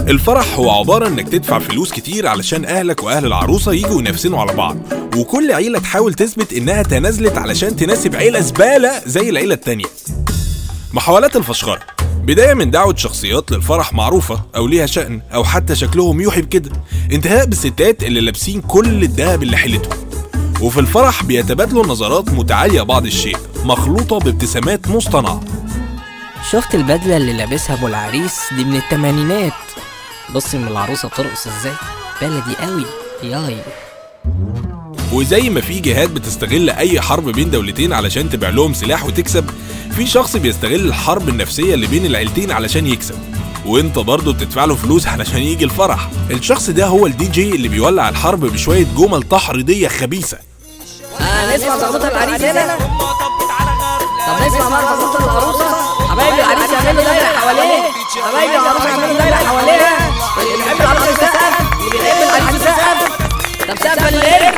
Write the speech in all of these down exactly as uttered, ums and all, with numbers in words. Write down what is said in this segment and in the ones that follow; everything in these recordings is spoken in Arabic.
الفرح هو عبارة انك تدفع فلوس كتير علشان اهلك واهل العروسة يجوا ينافسنوا على بعض، وكل عيلة تحاول تثبت انها تنازلت علشان تناسب عيلة زبالة زي العيلة التانية. محاولات الفشخرة بداية من دعوة شخصيات للفرح معروفة او ليها شأن او حتى شكلهم يوحي بكده، انتهاء بالستات اللي لابسين كل الدهب اللي حيلتهم. وفي الفرح بيتبادلوا نظرات متعالية بعض الشيء مخلوطة بابتسامات مصطنعة. شفت البدلة اللي لابسها ابو العريس دي من التمانينات؟ بصي من العروسة ترقص ازاي، بلدي قوي ياي. وزي ما في جهات بتستغل اي حرب بين دولتين علشان تبيع لهم سلاح وتكسب، في شخص بيستغل الحرب النفسية اللي بين العيلتين علشان يكسب، وانت برضه بتدفع له فلوس علشان يجي الفرح. الشخص ده هو الدي جي اللي بيولع الحرب بشوية جمل تحريضية خبيثة. آه نسمع زغطة العريس هنا. طب نسمع مرة زغطة العروسة. حبايبي العريس يعملوا دايرة حواليه، حبايبي العروسة يعملوا دايرة حواليها. اللي بيحب العروسة يسقف، اللي بيحب العريس يسقف. طب سقف الليل.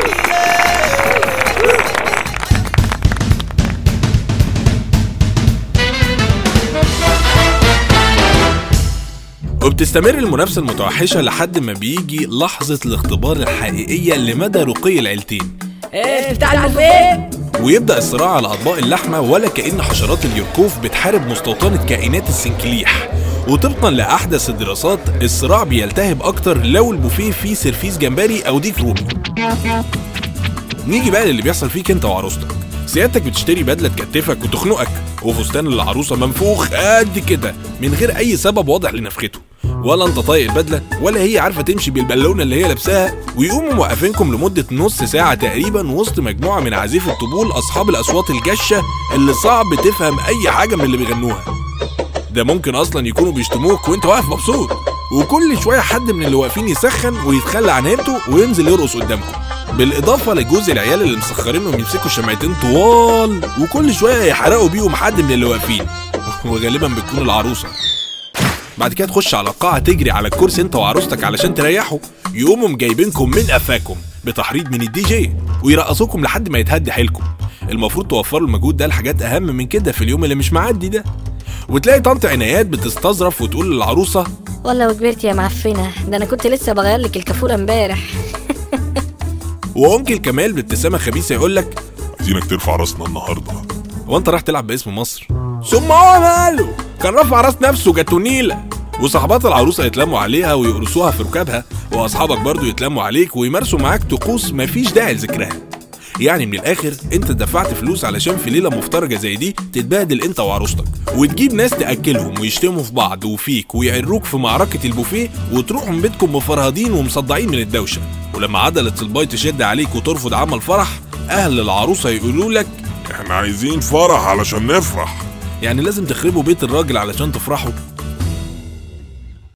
وبتستمر المنافسة المتوحشة لحد ما بيجي لحظة الاختبار الحقيقية لمدى رقي العيلتين. ايه بتاع البوفيه؟ ويبدأ الصراع على أطباق اللحمة ولا كأن حشرات اليركوف بتحارب مستوطنة كائنات السنكليح. وطبقا لأحدث الدراسات الصراع بيلتهب أكتر لو البوفيه فيه سيرفيس جمبري أو ديك رومي. نيجي بقى للي بيحصل فيك انت وعروستك. سيادتك بتشتري بدلة تكتفك وتخنقك، وفستان للعروسة منفوخ قد كده من غير أي سبب واضح لنفخته، ولا انت طايق البدلة ولا هي عارفة تمشي بالبالونة اللي هي لابساها، ويقوموا موقفينكم لمدة نص ساعة تقريبا وسط مجموعة من عازف الطبول أصحاب الأصوات الجشة اللي صعب تفهم أي حاجة من اللي بيغنوها. ده ممكن أصلا يكونوا بيشتموك وانت واقف مبسوط، وكل شوية حد من اللي واقفين يسخن ويتخلى عن هيبته وينزل يرقص قدامكم، بالإضافة لجوز العيال اللي مسخرينهم يمسكوا شمعتين طوال وكل شوية يحرقوا بيهم حد من اللي واقفين، وغالبا بتكون العروسة. بعد كده تخش على القاعة تجري على الكرسي انت وعروستك علشان تريحوا، يقوموا جايبينكم من قفاكم بتحريض من الدي جي ويرقصوكم لحد ما يتهدي حيلكم. المفروض توفروا المجهود ده لحاجات اهم من كده في اليوم اللي مش معدي ده. وتلاقي طنط عنايات بتستظرف وتقول للعروسة والله وكبرت يا معفنة، ده انا كنت لسه بغير لك الكافورة امبارح. وانكل كمال بابتسامة خبيثة يقولك عايزينك ترفع راسنا النهارده، وانت راح تلعب باسم مصر. ثم هو ماله كان رفع راس نفسه جاتو نيلة، وصحبات العروسة يتلموا عليها ويقرصوها في ركابها، واصحابك برضو يتلموا عليك ويمارسوا معاك طقوس مفيش داعي لذكرها. يعني من الاخر انت دفعت فلوس علشان في ليلة مفترجة زي دي تتبهدل انت وعروستك، وتجيب ناس تاكلهم ويشتموا في بعض وفيك ويعروك في معركة البوفيه، وتروحوا من بيتكم مفرهدين ومصدعين من الدوشة. ولما عدلة الباي تشد عليك وترفض عمل فرح، اهل العروسة يقولوا لك احنا عايزين فرح علشان نفرح. يعني لازم تخربوا بيت الراجل علشان تفرحوا؟